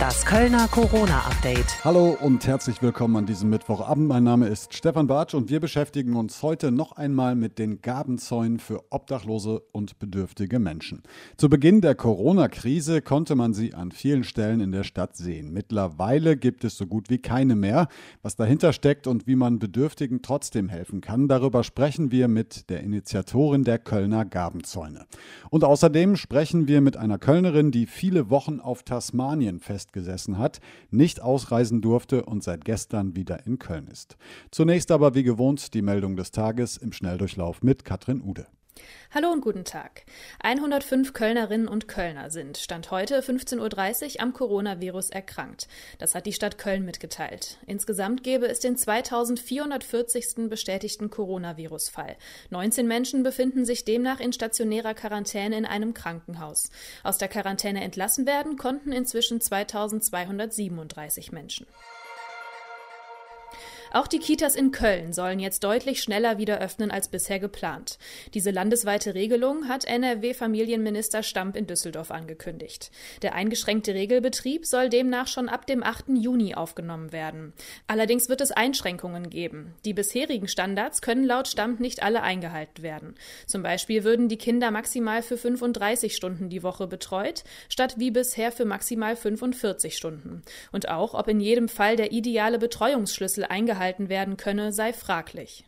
Das Kölner Corona-Update. Hallo und herzlich willkommen an diesem Mittwochabend. Mein Name ist Stefan Bartsch und wir beschäftigen uns heute noch einmal mit den Gabenzäunen für obdachlose und bedürftige Menschen. Zu Beginn der Corona-Krise konnte man sie an vielen Stellen in der Stadt sehen. Mittlerweile gibt es so gut wie keine mehr. Was dahinter steckt und wie man Bedürftigen trotzdem helfen kann, darüber sprechen wir mit der Initiatorin der Kölner Gabenzäune. Und außerdem sprechen wir mit einer Kölnerin, die viele Wochen auf Tasmanien festgesessen hat, nicht ausreisen durfte und seit gestern wieder in Köln ist. Zunächst aber wie gewohnt die Meldung des Tages im Schnelldurchlauf mit Katrin Ude. Hallo und guten Tag. 105 Kölnerinnen und Kölner sind, Stand heute 15.30 Uhr, am Coronavirus erkrankt. Das hat die Stadt Köln mitgeteilt. Insgesamt gäbe es den 2440. bestätigten Coronavirus-Fall. 19 Menschen befinden sich demnach in stationärer Quarantäne in einem Krankenhaus. Aus der Quarantäne entlassen werden konnten inzwischen 2237 Menschen. Auch die Kitas in Köln sollen jetzt deutlich schneller wieder öffnen als bisher geplant. Diese landesweite Regelung hat NRW-Familienminister Stamp in Düsseldorf angekündigt. Der eingeschränkte Regelbetrieb soll demnach schon ab dem 8. Juni aufgenommen werden. Allerdings wird es Einschränkungen geben. Die bisherigen Standards können laut Stamp nicht alle eingehalten werden. Zum Beispiel würden die Kinder maximal für 35 Stunden die Woche betreut, statt wie bisher für maximal 45 Stunden. Und auch, ob in jedem Fall der ideale Betreuungsschlüssel eingehalten werden könne, sei fraglich.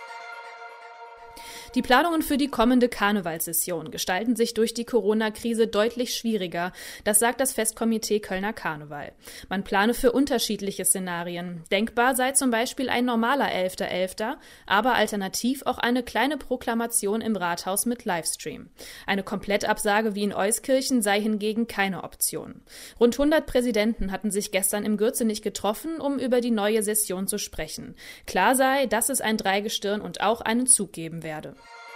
Die Planungen für die kommende Karnevalssession gestalten sich durch die Corona-Krise deutlich schwieriger. Das sagt das Festkomitee Kölner Karneval. Man plane für unterschiedliche Szenarien. Denkbar sei zum Beispiel ein normaler 11.11., aber alternativ auch eine kleine Proklamation im Rathaus mit Livestream. Eine Komplettabsage wie in Euskirchen sei hingegen keine Option. Rund 100 Präsidenten hatten sich gestern im Gürzenich getroffen, um über die neue Session zu sprechen. Klar sei, dass es ein Dreigestirn und auch einen Zug geben werde.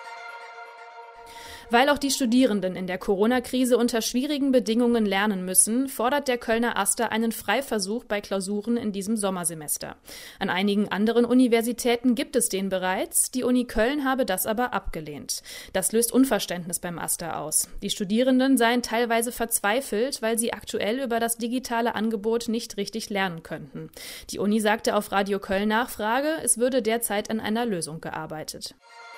Weil auch die Studierenden in der Corona-Krise unter schwierigen Bedingungen lernen müssen, fordert der Kölner Aster einen Freiversuch bei Klausuren in diesem Sommersemester. An einigen anderen Universitäten gibt es den bereits, die Uni Köln habe das aber abgelehnt. Das löst Unverständnis beim Aster aus. Die Studierenden seien teilweise verzweifelt, weil sie aktuell über das digitale Angebot nicht richtig lernen könnten. Die Uni sagte auf Radio Köln Nachfrage, es würde derzeit an einer Lösung gearbeitet.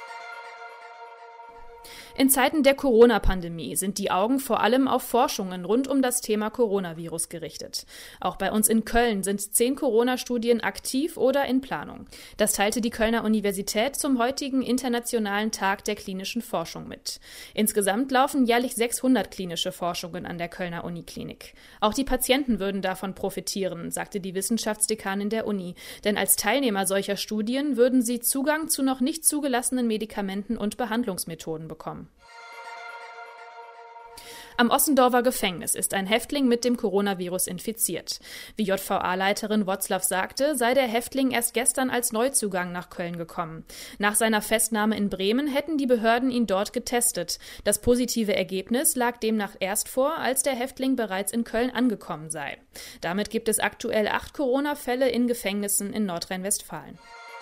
In Zeiten der Corona-Pandemie sind die Augen vor allem auf Forschungen rund um das Thema Coronavirus gerichtet. Auch bei uns in Köln sind 10 Corona-Studien aktiv oder in Planung. Das teilte die Kölner Universität zum heutigen Internationalen Tag der klinischen Forschung mit. Insgesamt laufen jährlich 600 klinische Forschungen an der Kölner Uniklinik. Auch die Patienten würden davon profitieren, sagte die Wissenschaftsdekanin der Uni. Denn als Teilnehmer solcher Studien würden sie Zugang zu noch nicht zugelassenen Medikamenten und Behandlungsmethoden bekommen. Am Ossendorfer Gefängnis ist ein Häftling mit dem Coronavirus infiziert. Wie JVA-Leiterin Wotzlaff sagte, sei der Häftling erst gestern als Neuzugang nach Köln gekommen. Nach seiner Festnahme in Bremen hätten die Behörden ihn dort getestet. Das positive Ergebnis lag demnach erst vor, als der Häftling bereits in Köln angekommen sei. Damit gibt es aktuell 8 Corona-Fälle in Gefängnissen in Nordrhein-Westfalen.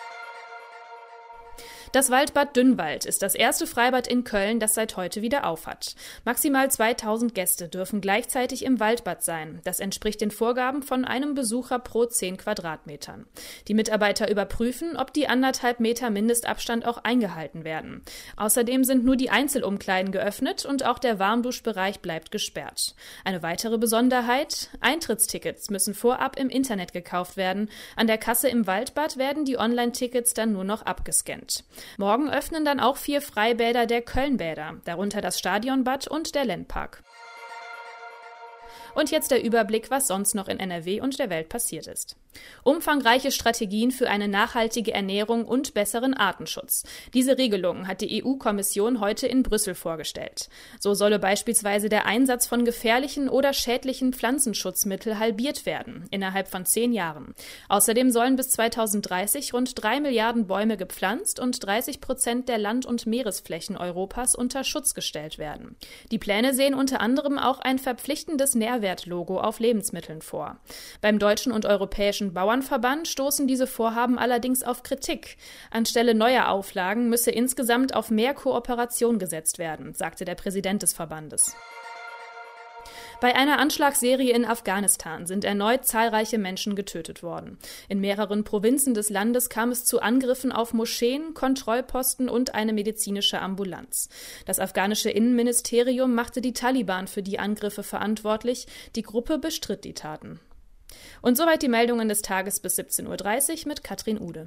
Das Waldbad Dünnwald ist das erste Freibad in Köln, das seit heute wieder aufhat. Maximal 2000 Gäste dürfen gleichzeitig im Waldbad sein. Das entspricht den Vorgaben von einem Besucher pro 10 Quadratmetern. Die Mitarbeiter überprüfen, ob die 1,5 Meter Mindestabstand auch eingehalten werden. Außerdem sind nur die Einzelumkleiden geöffnet und auch der Warmduschbereich bleibt gesperrt. Eine weitere Besonderheit: Eintrittstickets müssen vorab im Internet gekauft werden. An der Kasse im Waldbad werden die Online-Tickets dann nur noch abgescannt. Morgen öffnen dann auch 4 Freibäder der Kölnbäder, darunter das Stadionbad und der Lendpark. Und jetzt der Überblick, was sonst noch in NRW und der Welt passiert ist. Umfangreiche Strategien für eine nachhaltige Ernährung und besseren Artenschutz. Diese Regelungen hat die EU-Kommission heute in Brüssel vorgestellt. So solle beispielsweise der Einsatz von gefährlichen oder schädlichen Pflanzenschutzmitteln halbiert werden, innerhalb von 10 Jahren. Außerdem sollen bis 2030 rund 3 Milliarden Bäume gepflanzt und 30% der Land- und Meeresflächen Europas unter Schutz gestellt werden. Die Pläne sehen unter anderem auch ein verpflichtendes Nährwertlogo auf Lebensmitteln vor. Beim deutschen und europäischen Bauernverband stoßen diese Vorhaben allerdings auf Kritik. Anstelle neuer Auflagen müsse insgesamt auf mehr Kooperation gesetzt werden, sagte der Präsident des Verbandes. Bei einer Anschlagsserie in Afghanistan sind erneut zahlreiche Menschen getötet worden. In mehreren Provinzen des Landes kam es zu Angriffen auf Moscheen, Kontrollposten und eine medizinische Ambulanz. Das afghanische Innenministerium machte die Taliban für die Angriffe verantwortlich. Die Gruppe bestritt die Taten. Und soweit die Meldungen des Tages bis 17:30 Uhr mit Katrin Ude.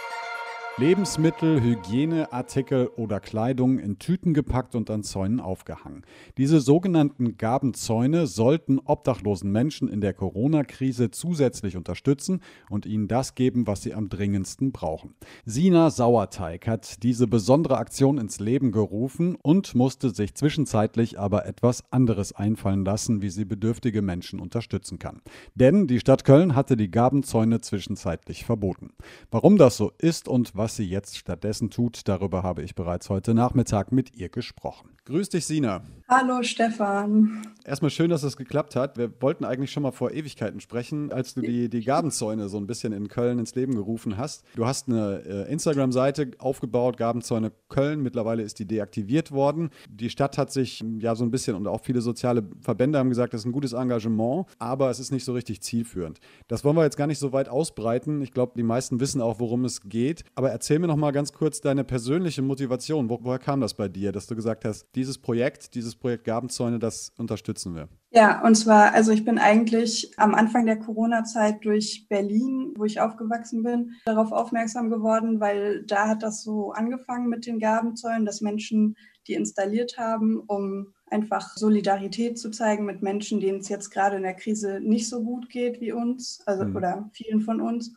Lebensmittel, Hygieneartikel oder Kleidung in Tüten gepackt und an Zäunen aufgehangen. Diese sogenannten Gabenzäune sollten obdachlosen Menschen in der Corona-Krise zusätzlich unterstützen und ihnen das geben, was sie am dringendsten brauchen. Sina Sauerteig hat diese besondere Aktion ins Leben gerufen und musste sich zwischenzeitlich aber etwas anderes einfallen lassen, wie sie bedürftige Menschen unterstützen kann. Denn die Stadt Köln hatte die Gabenzäune zwischenzeitlich verboten. Warum das so ist und was sie jetzt stattdessen tut, darüber habe ich bereits heute Nachmittag mit ihr gesprochen. Grüß dich, Sina. Hallo, Stefan. Erstmal schön, dass es geklappt hat. Wir wollten eigentlich schon mal vor Ewigkeiten sprechen, als du die Gabenzäune so ein bisschen in Köln ins Leben gerufen hast. Du hast eine Instagram-Seite aufgebaut, Gabenzäune Köln. Mittlerweile ist die deaktiviert worden. Die Stadt hat sich ja so ein bisschen und auch viele soziale Verbände haben gesagt, das ist ein gutes Engagement, aber es ist nicht so richtig zielführend. Das wollen wir jetzt gar nicht so weit ausbreiten. Ich glaube, die meisten wissen auch, worum es geht. Aber erzähl mir noch mal ganz kurz deine persönliche Motivation. Woher kam das bei dir, dass du gesagt hast, dieses Projekt Gabenzäune, das unterstützen wir? Ja, und zwar, also ich bin eigentlich am Anfang der Corona-Zeit durch Berlin, wo ich aufgewachsen bin, darauf aufmerksam geworden, weil da hat das so angefangen mit den Gabenzäunen, dass Menschen die installiert haben, um einfach Solidarität zu zeigen mit Menschen, denen es jetzt gerade in der Krise nicht so gut geht wie uns, oder vielen von uns.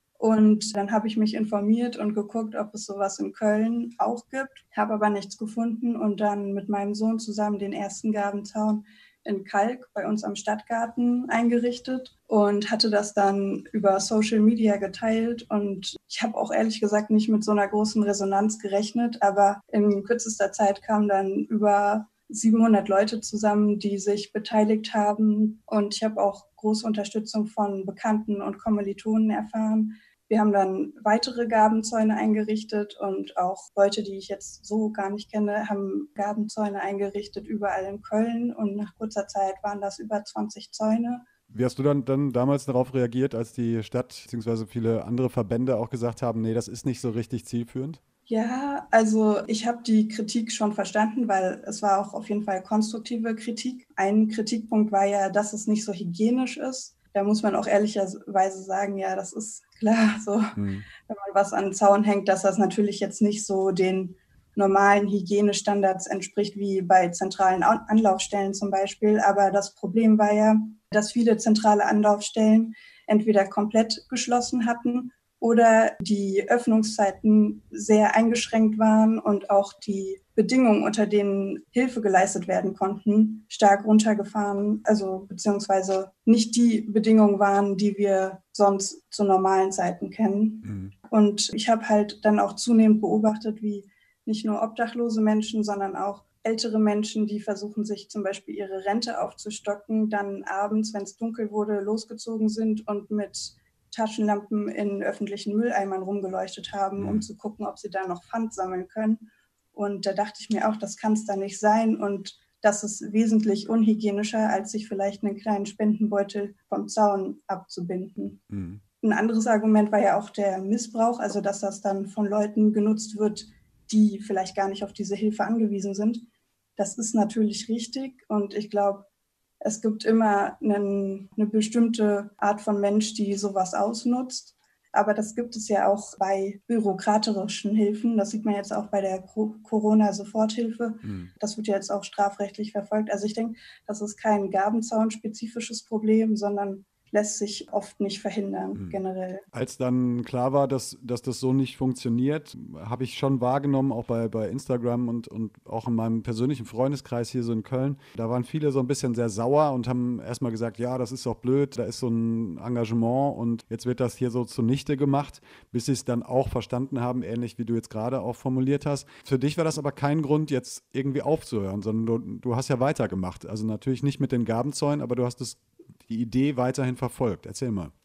Und dann habe ich mich informiert und geguckt, ob es sowas in Köln auch gibt, habe aber nichts gefunden und dann mit meinem Sohn zusammen den ersten Gabenzaun in Kalk bei uns am Stadtgarten eingerichtet und hatte das dann über Social Media geteilt. Und ich habe auch ehrlich gesagt nicht mit so einer großen Resonanz gerechnet, aber in kürzester Zeit kamen dann über 700 Leute zusammen, die sich beteiligt haben. Und ich habe auch große Unterstützung von Bekannten und Kommilitonen erfahren. Wir haben dann weitere Gabenzäune eingerichtet und auch Leute, die ich jetzt so gar nicht kenne, haben Gabenzäune eingerichtet überall in Köln und nach kurzer Zeit waren das über 20 Zäune. Wie hast du dann damals darauf reagiert, als die Stadt bzw. viele andere Verbände auch gesagt haben, nee, das ist nicht so richtig zielführend? Ja, also ich habe die Kritik schon verstanden, weil es war auch auf jeden Fall konstruktive Kritik. Ein Kritikpunkt war ja, dass es nicht so hygienisch ist. Da muss man auch ehrlicherweise sagen, ja, das ist klar, so, wenn man was an den Zaun hängt, dass das natürlich jetzt nicht so den normalen Hygienestandards entspricht, wie bei zentralen Anlaufstellen zum Beispiel. Aber das Problem war ja, dass viele zentrale Anlaufstellen entweder komplett geschlossen hatten oder die Öffnungszeiten sehr eingeschränkt waren und auch die Bedingungen, unter denen Hilfe geleistet werden konnten, stark runtergefahren, also beziehungsweise nicht die Bedingungen waren, die wir sonst zu normalen Zeiten kennen. Und ich habe halt dann auch zunehmend beobachtet, wie nicht nur obdachlose Menschen, sondern auch ältere Menschen, die versuchen, sich zum Beispiel ihre Rente aufzustocken, dann abends, wenn es dunkel wurde, losgezogen sind und mit Taschenlampen in öffentlichen Mülleimern rumgeleuchtet haben, um zu gucken, ob sie da noch Pfand sammeln können. Und da dachte ich mir auch, das kann es da nicht sein und das ist wesentlich unhygienischer, als sich vielleicht einen kleinen Spendenbeutel vom Zaun abzubinden. Ein anderes Argument war ja auch der Missbrauch, also dass das dann von Leuten genutzt wird, die vielleicht gar nicht auf diese Hilfe angewiesen sind. Das ist natürlich richtig und ich glaube, es gibt immer eine bestimmte Art von Mensch, die sowas ausnutzt. Aber das gibt es ja auch bei bürokratischen Hilfen. Das sieht man jetzt auch bei der Corona-Soforthilfe. Das wird ja jetzt auch strafrechtlich verfolgt. Also ich denke, das ist kein Gabenzaun-spezifisches Problem, sondern lässt sich oft nicht verhindern, generell. Als dann klar war, dass das so nicht funktioniert, habe ich schon wahrgenommen, auch bei Instagram und auch in meinem persönlichen Freundeskreis hier so in Köln, da waren viele so ein bisschen sehr sauer und haben erstmal gesagt, ja, das ist doch blöd, da ist so ein Engagement und jetzt wird das hier so zunichte gemacht, bis sie es dann auch verstanden haben, ähnlich wie du jetzt gerade auch formuliert hast. Für dich war das aber kein Grund, jetzt irgendwie aufzuhören, sondern du hast ja weitergemacht. Also natürlich nicht mit den Gabenzäunen, aber du hast die Idee weiterhin verfolgt. Erzähl mal.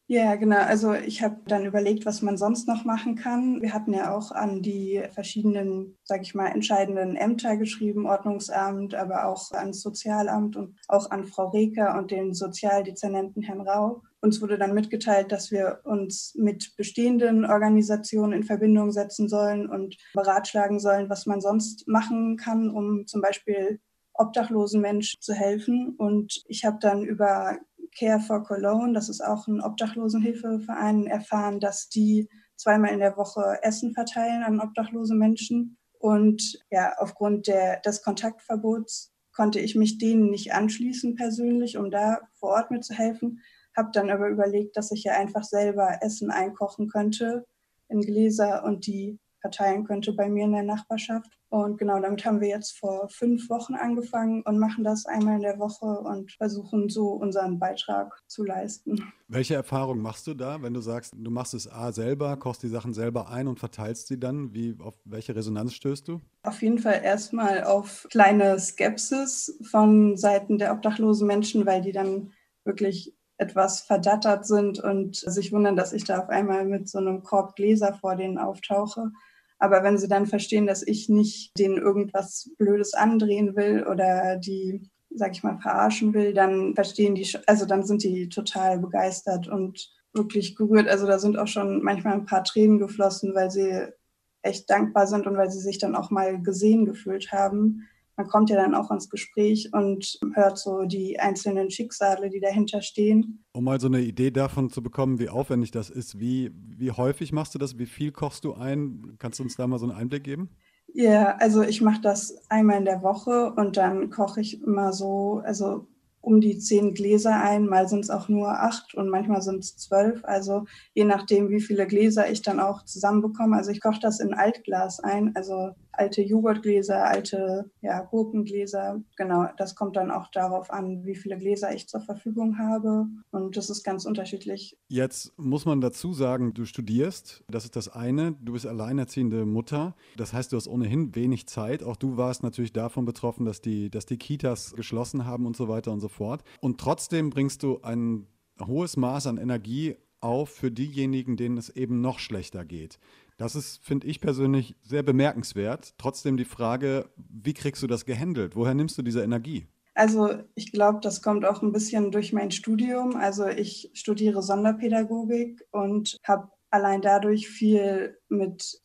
Ja, genau. Also ich habe dann überlegt, was man sonst noch machen kann. Wir hatten ja auch an die verschiedenen, sage ich mal, entscheidenden Ämter geschrieben, Ordnungsamt, aber auch ans Sozialamt und auch an Frau Reker und den Sozialdezernenten Herrn Rau. Uns wurde dann mitgeteilt, dass wir uns mit bestehenden Organisationen in Verbindung setzen sollen und beratschlagen sollen, was man sonst machen kann, um zum Beispiel obdachlosen Menschen zu helfen. Und ich habe dann über Care for Cologne, das ist auch ein Obdachlosenhilfeverein, erfahren, dass die zweimal in der Woche Essen verteilen an obdachlose Menschen. Und ja, aufgrund des Kontaktverbots konnte ich mich denen nicht anschließen persönlich, um da vor Ort mitzuhelfen. Habe dann aber überlegt, dass ich ja einfach selber Essen einkochen könnte in Gläser und die verteilen könnte bei mir in der Nachbarschaft. Und genau, damit haben wir jetzt vor 5 Wochen angefangen und machen das einmal in der Woche und versuchen so unseren Beitrag zu leisten. Welche Erfahrung machst du da, wenn du sagst, du machst es selber, kochst die Sachen selber ein und verteilst sie dann? Auf welche Resonanz stößt du? Auf jeden Fall erstmal auf kleine Skepsis von Seiten der obdachlosen Menschen, weil die dann wirklich etwas verdattert sind und sich wundern, dass ich da auf einmal mit so einem Korb Gläser vor denen auftauche. Aber wenn sie dann verstehen, dass ich nicht denen irgendwas Blödes andrehen will oder die, sag ich mal, verarschen will, dann verstehen die, also dann sind die total begeistert und wirklich gerührt. Also da sind auch schon manchmal ein paar Tränen geflossen, weil sie echt dankbar sind und weil sie sich dann auch mal gesehen gefühlt haben. Man kommt ja dann auch ins Gespräch und hört so die einzelnen Schicksale, die dahinter stehen. Um mal so eine Idee davon zu bekommen, wie aufwendig das ist, wie häufig machst du das, wie viel kochst du ein? Kannst du uns da mal so einen Einblick geben? Ja, also ich mache das einmal in der Woche und dann koche ich immer so, also um die 10 Gläser ein, mal sind es auch nur 8 und manchmal sind es 12, also je nachdem, wie viele Gläser ich dann auch zusammenbekomme. Also ich koche das in Altglas ein, also alte Joghurtgläser, alte Gurkengläser. Genau, das kommt dann auch darauf an, wie viele Gläser ich zur Verfügung habe und das ist ganz unterschiedlich. Jetzt muss man dazu sagen, du studierst, das ist das eine, du bist alleinerziehende Mutter, das heißt, du hast ohnehin wenig Zeit, auch du warst natürlich davon betroffen, dass die Kitas geschlossen haben und so weiter und so fort. Und trotzdem bringst du ein hohes Maß an Energie auf für diejenigen, denen es eben noch schlechter geht. Das ist, finde ich persönlich, sehr bemerkenswert. Trotzdem die Frage, wie kriegst du das gehandelt? Woher nimmst du diese Energie? Also ich glaube, das kommt auch ein bisschen durch mein Studium. Also ich studiere Sonderpädagogik und habe allein dadurch viel mit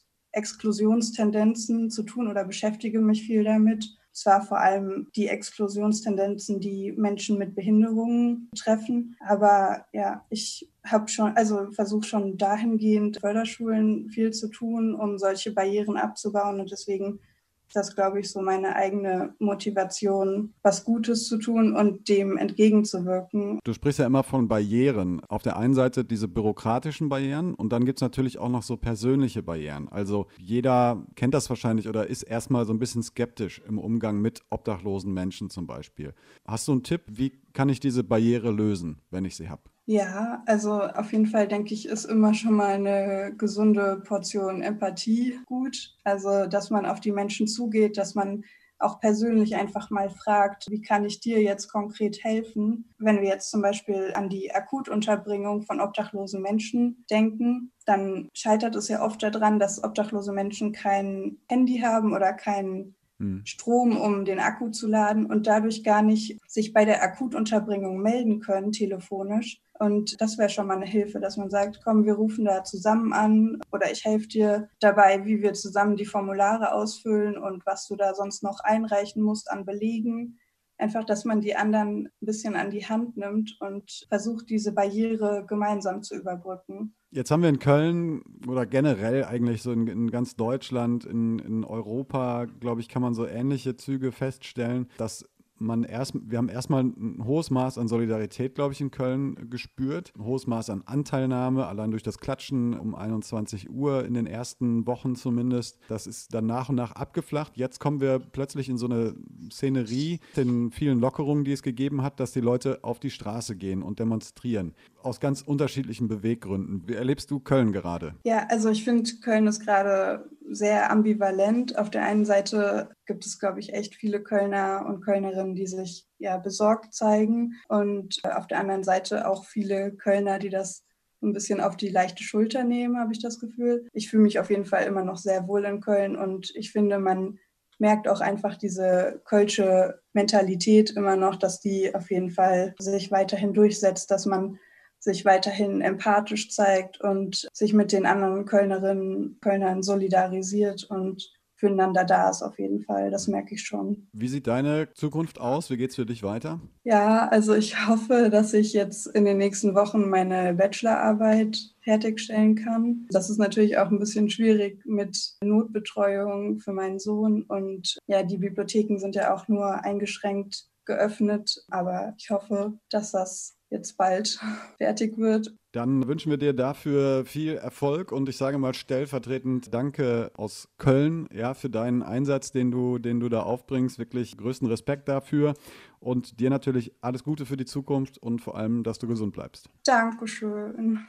Exklusionstendenzen zu tun oder beschäftige mich viel damit. Zwar vor allem die Exklusionstendenzen, die Menschen mit Behinderungen treffen, aber ja, ich habe schon, also versuche schon dahingehend Förderschulen viel zu tun, um solche Barrieren abzubauen und deswegen ist das, glaube ich, so meine eigene Motivation, was Gutes zu tun und dem entgegenzuwirken. Du sprichst ja immer von Barrieren. Auf der einen Seite diese bürokratischen Barrieren und dann gibt es natürlich auch noch so persönliche Barrieren. Also jeder kennt das wahrscheinlich oder ist erstmal so ein bisschen skeptisch im Umgang mit obdachlosen Menschen zum Beispiel. Hast du einen Tipp, wie kann ich diese Barriere lösen, wenn ich sie habe? Ja, also auf jeden Fall denke ich, ist immer schon mal eine gesunde Portion Empathie gut. Also, dass man auf die Menschen zugeht, dass man auch persönlich einfach mal fragt, wie kann ich dir jetzt konkret helfen? Wenn wir jetzt zum Beispiel an die Akutunterbringung von obdachlosen Menschen denken, dann scheitert es ja oft daran, dass obdachlose Menschen kein Handy haben oder keinen Strom, um den Akku zu laden und dadurch gar nicht sich bei der Akutunterbringung melden können, telefonisch. Und das wäre schon mal eine Hilfe, dass man sagt, komm, wir rufen da zusammen an oder ich helfe dir dabei, wie wir zusammen die Formulare ausfüllen und was du da sonst noch einreichen musst an Belegen. Einfach, dass man die anderen ein bisschen an die Hand nimmt und versucht, diese Barriere gemeinsam zu überbrücken. Jetzt haben wir in Köln oder generell eigentlich so in ganz Deutschland, in Europa, glaube ich, kann man so ähnliche Züge feststellen, dass wir haben erstmal ein hohes Maß an Solidarität, glaube ich, in Köln gespürt. Ein hohes Maß an Anteilnahme, allein durch das Klatschen um 21 Uhr in den ersten Wochen zumindest. Das ist dann nach und nach abgeflacht. Jetzt kommen wir plötzlich in so eine Szenerie, den vielen Lockerungen, die es gegeben hat, dass die Leute auf die Straße gehen und demonstrieren. Aus ganz unterschiedlichen Beweggründen. Wie erlebst du Köln gerade? Ja, also ich finde, Köln ist gerade sehr ambivalent. Auf der einen Seite gibt es, glaube ich, echt viele Kölner und Kölnerinnen, die sich besorgt zeigen. Und auf der anderen Seite auch viele Kölner, die das ein bisschen auf die leichte Schulter nehme, habe ich das Gefühl. Ich fühle mich auf jeden Fall immer noch sehr wohl in Köln und ich finde, man merkt auch einfach diese kölsche Mentalität immer noch, dass die auf jeden Fall sich weiterhin durchsetzt, dass man sich weiterhin empathisch zeigt und sich mit den anderen Kölnern solidarisiert und füreinander da ist auf jeden Fall. Das merke ich schon. Wie sieht deine Zukunft aus? Wie geht's für dich weiter? Ja, also ich hoffe, dass ich jetzt in den nächsten Wochen meine Bachelorarbeit fertigstellen kann. Das ist natürlich auch ein bisschen schwierig mit Notbetreuung für meinen Sohn. Und ja, die Bibliotheken sind ja auch nur eingeschränkt geöffnet. Aber ich hoffe, dass das jetzt bald fertig wird. Dann wünschen wir dir dafür viel Erfolg und ich sage mal stellvertretend Danke aus Köln, ja, für deinen Einsatz, den du da aufbringst. Wirklich größten Respekt dafür und dir natürlich alles Gute für die Zukunft und vor allem, dass du gesund bleibst. Dankeschön.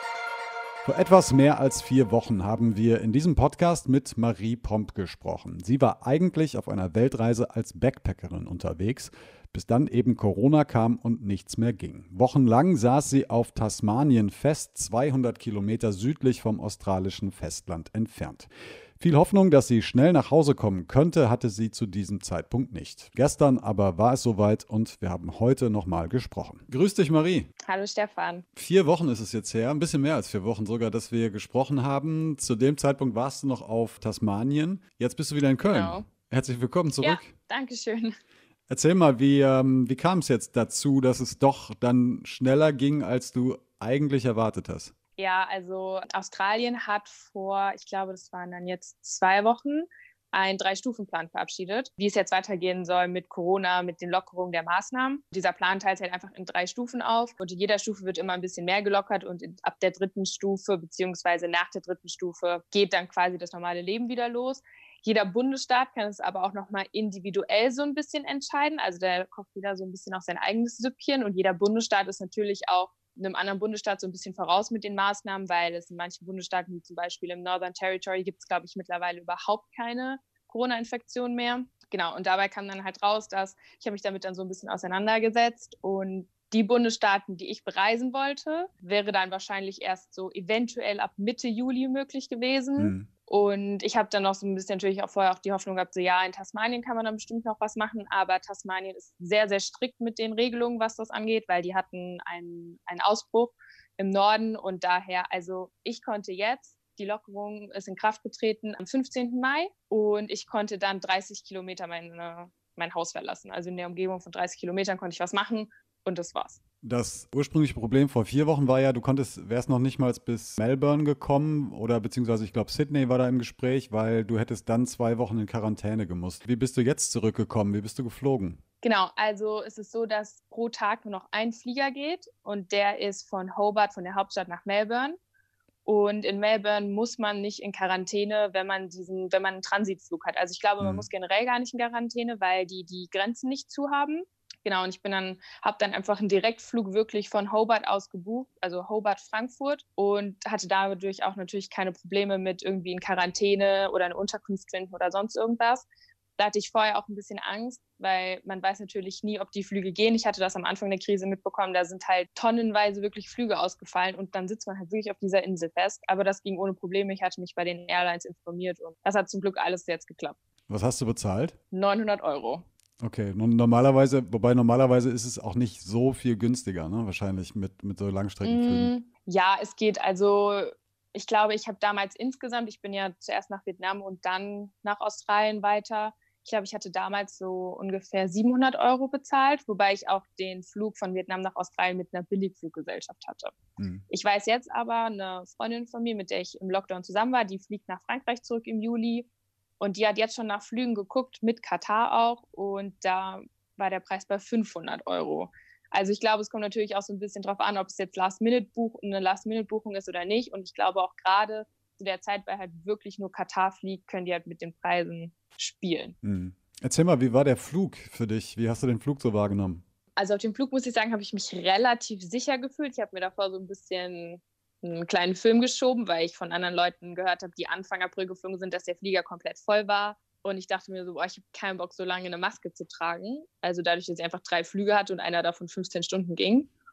Vor etwas mehr als 4 Wochen haben wir in diesem Podcast mit Marie Pomp gesprochen. Sie war eigentlich auf einer Weltreise als Backpackerin unterwegs, bis dann eben Corona kam und nichts mehr ging. Wochenlang saß sie auf Tasmanien fest, 200 Kilometer südlich vom australischen Festland entfernt. Viel Hoffnung, dass sie schnell nach Hause kommen könnte, hatte sie zu diesem Zeitpunkt nicht. Gestern aber war es soweit und wir haben heute nochmal gesprochen. Grüß dich, Marie. Hallo Stefan. 4 Wochen ist es jetzt her, ein bisschen mehr als 4 Wochen sogar, dass wir gesprochen haben. Zu dem Zeitpunkt warst du noch auf Tasmanien. Jetzt bist du wieder in Köln. Genau. Herzlich willkommen zurück. Ja, danke schön. Erzähl mal, wie kam es jetzt dazu, dass es doch dann schneller ging, als du eigentlich erwartet hast? Ja, also Australien hat vor, ich glaube, das waren dann jetzt 2 Wochen, einen 3-Stufen-Plan verabschiedet, wie es jetzt weitergehen soll mit Corona, mit den Lockerungen der Maßnahmen. Dieser Plan teilt halt einfach in 3 Stufen auf und in jeder Stufe wird immer ein bisschen mehr gelockert und ab der 3. Stufe beziehungsweise nach der 3. Stufe geht dann quasi das normale Leben wieder los. Jeder Bundesstaat kann es aber auch nochmal individuell so ein bisschen entscheiden. Also der kocht wieder so ein bisschen auch sein eigenes Süppchen und jeder Bundesstaat ist natürlich auch einem anderen Bundesstaat so ein bisschen voraus mit den Maßnahmen, weil es in manchen Bundesstaaten, wie zum Beispiel im Northern Territory, gibt es, glaube ich, mittlerweile überhaupt keine Corona-Infektion mehr. Genau, und dabei kam dann halt raus, dass ich habe mich damit dann so ein bisschen auseinandergesetzt und die Bundesstaaten, die ich bereisen wollte, wäre dann wahrscheinlich erst so eventuell ab Mitte Juli möglich gewesen. Mhm. Und ich habe dann noch so ein bisschen natürlich auch vorher auch die Hoffnung gehabt, so ja, in Tasmanien kann man dann bestimmt noch was machen, aber Tasmanien ist sehr, sehr strikt mit den Regelungen, was das angeht, weil die hatten einen Ausbruch im Norden und daher, also ich konnte jetzt, die Lockerung ist in Kraft getreten am 15. Mai und ich konnte dann 30 Kilometer mein Haus verlassen. Also in der Umgebung von 30 Kilometern konnte ich was machen und das war's. Das ursprüngliche Problem vor 4 Wochen war ja, du wärst noch nicht mal bis Melbourne gekommen oder beziehungsweise ich glaube Sydney war da im Gespräch, weil du hättest dann 2 Wochen in Quarantäne gemusst. Wie bist du jetzt zurückgekommen? Wie bist du geflogen? Genau, also es ist so, dass pro Tag nur noch ein Flieger geht und der ist von Hobart, von der Hauptstadt nach Melbourne. Und in Melbourne muss man nicht in Quarantäne, wenn man einen Transitflug hat. Also ich glaube, man muss generell gar nicht in Quarantäne, weil die Grenzen nicht zu haben. Genau, und habe dann einfach einen Direktflug wirklich von Hobart aus gebucht, also Hobart-Frankfurt und hatte dadurch auch natürlich keine Probleme mit irgendwie in Quarantäne oder eine Unterkunft finden oder sonst irgendwas. Da hatte ich vorher auch ein bisschen Angst, weil man weiß natürlich nie, ob die Flüge gehen. Ich hatte das am Anfang der Krise mitbekommen, da sind halt tonnenweise wirklich Flüge ausgefallen und dann sitzt man halt wirklich auf dieser Insel fest. Aber das ging ohne Probleme. Ich hatte mich bei den Airlines informiert und das hat zum Glück alles jetzt geklappt. Was hast du bezahlt? 900 €. Okay, normalerweise ist es auch nicht so viel günstiger, ne? Wahrscheinlich mit so Langstreckenflügen. Ja, es geht. Also ich glaube, ich habe damals insgesamt, ich bin ja zuerst nach Vietnam und dann nach Australien weiter. Ich glaube, ich hatte damals so ungefähr 700 € bezahlt, wobei ich auch den Flug von Vietnam nach Australien mit einer Billigfluggesellschaft hatte. Mhm. Ich weiß jetzt aber, eine Freundin von mir, mit der ich im Lockdown zusammen war, die fliegt nach Frankreich zurück im Juli. Und die hat jetzt schon nach Flügen geguckt, mit Katar auch. Und da war der Preis bei 500 €. Also ich glaube, es kommt natürlich auch so ein bisschen drauf an, ob es jetzt eine Last-Minute-Buchung ist oder nicht. Und ich glaube auch gerade zu der Zeit, weil halt wirklich nur Katar fliegt, können die halt mit den Preisen spielen. Mhm. Erzähl mal, wie war der Flug für dich? Wie hast du den Flug so wahrgenommen? Also auf dem Flug, muss ich sagen, habe ich mich relativ sicher gefühlt. Ich habe mir davor so ein bisschen einen kleinen Film geschoben, weil ich von anderen Leuten gehört habe, die Anfang April geflogen sind, dass der Flieger komplett voll war. Und ich dachte mir so, ich habe keinen Bock, so lange eine Maske zu tragen. Also dadurch, dass ich einfach 3 Flüge hatte und einer davon 15 Stunden ging.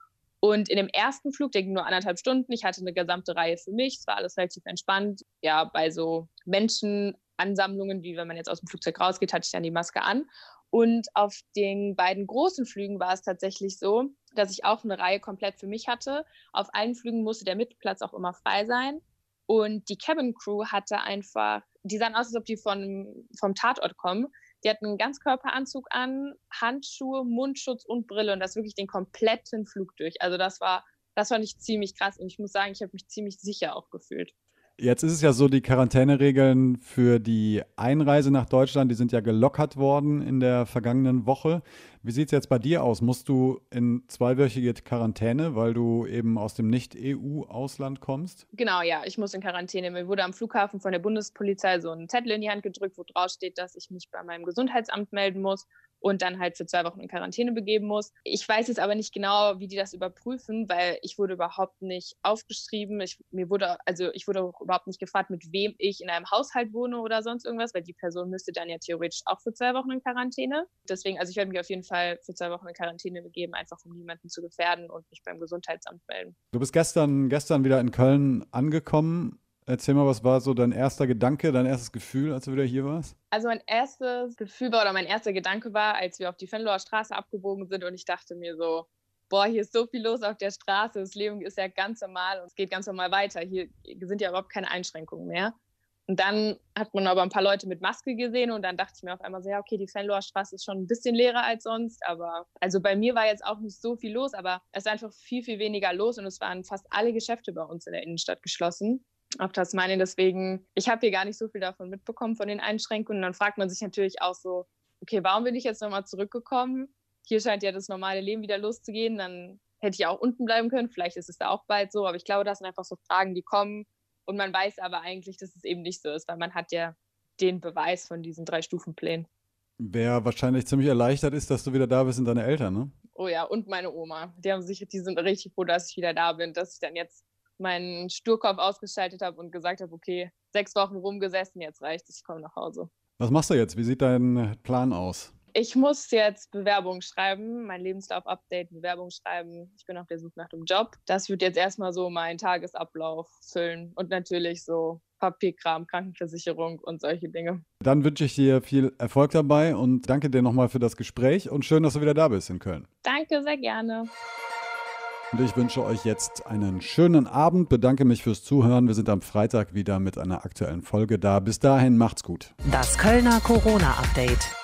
Und in dem ersten Flug, der ging nur 1,5 Stunden, ich hatte eine gesamte Reihe für mich, es war alles relativ entspannt. Ja, bei so Menschenansammlungen, wie wenn man jetzt aus dem Flugzeug rausgeht, hatte ich dann die Maske an. Und auf den beiden großen Flügen war es tatsächlich so, dass ich auch eine Reihe komplett für mich hatte. Auf allen Flügen musste der Mittelplatz auch immer frei sein. Und die Cabin Crew hatte einfach, die sahen aus, als ob die vom Tatort kommen. Die hatten einen Ganzkörperanzug an, Handschuhe, Mundschutz und Brille und das wirklich den kompletten Flug durch. Also das fand ich ziemlich krass und ich muss sagen, ich habe mich ziemlich sicher auch gefühlt. Jetzt ist es ja so, die Quarantäneregeln für die Einreise nach Deutschland, die sind ja gelockert worden in der vergangenen Woche. Wie sieht es jetzt bei dir aus? Musst du in 2-wöchige Quarantäne, weil du eben aus dem Nicht-EU-Ausland kommst? Genau, ja, ich muss in Quarantäne. Mir wurde am Flughafen von der Bundespolizei so ein Zettel in die Hand gedrückt, wo drauf steht, dass ich mich bei meinem Gesundheitsamt melden muss und dann halt für 2 Wochen in Quarantäne begeben muss. Ich weiß jetzt aber nicht genau, wie die das überprüfen, weil ich wurde überhaupt nicht aufgeschrieben. Ich wurde auch überhaupt nicht gefragt, mit wem ich in einem Haushalt wohne oder sonst irgendwas, weil die Person müsste dann ja theoretisch auch für 2 Wochen in Quarantäne. Deswegen, also ich werde mich auf jeden Fall für 2 Wochen in Quarantäne begeben, einfach um niemanden zu gefährden und mich beim Gesundheitsamt melden. Du bist gestern wieder in Köln angekommen. Erzähl mal, was war so dein erster Gedanke, dein erstes Gefühl, als du wieder hier warst? Also mein erstes Gefühl war, oder mein erster Gedanke war, als wir auf die Venloer Straße abgebogen sind und ich dachte mir so, boah, hier ist so viel los auf der Straße, das Leben ist ja ganz normal und es geht ganz normal weiter. Hier sind ja überhaupt keine Einschränkungen mehr. Und dann hat man aber ein paar Leute mit Maske gesehen und dann dachte ich mir auf einmal so, ja, okay, die Venloer Straße ist schon ein bisschen leerer als sonst, aber also bei mir war jetzt auch nicht so viel los, aber es war einfach viel, viel weniger los und es waren fast alle Geschäfte bei uns in der Innenstadt geschlossen. Auf Tasmanien, deswegen, ich habe hier gar nicht so viel davon mitbekommen, von den Einschränkungen. Und dann fragt man sich natürlich auch so, okay, warum bin ich jetzt nochmal zurückgekommen? Hier scheint ja das normale Leben wieder loszugehen, dann hätte ich auch unten bleiben können, vielleicht ist es da auch bald so, aber ich glaube, das sind einfach so Fragen, die kommen und man weiß aber eigentlich, dass es eben nicht so ist, weil man hat ja den Beweis von diesen 3-Stufen-Plänen. Wer wahrscheinlich ziemlich erleichtert ist, dass du wieder da bist, sind deine Eltern, ne? Oh ja, und meine Oma, die sind richtig froh, dass ich wieder da bin, dass ich dann jetzt meinen Sturkopf ausgeschaltet habe und gesagt habe, okay, 6 Wochen rumgesessen, jetzt reicht es, ich komme nach Hause. Was machst du jetzt? Wie sieht dein Plan aus? Ich muss jetzt Bewerbung schreiben, mein Lebenslauf updaten, Bewerbung schreiben. Ich bin auf der Suche nach einem Job. Das wird jetzt erstmal so meinen Tagesablauf füllen und natürlich so Papierkram, Krankenversicherung und solche Dinge. Dann wünsche ich dir viel Erfolg dabei und danke dir nochmal für das Gespräch und schön, dass du wieder da bist in Köln. Danke, sehr gerne. Und ich wünsche euch jetzt einen schönen Abend, bedanke mich fürs Zuhören. Wir sind am Freitag wieder mit einer aktuellen Folge da. Bis dahin, macht's gut. Das Kölner Corona-Update.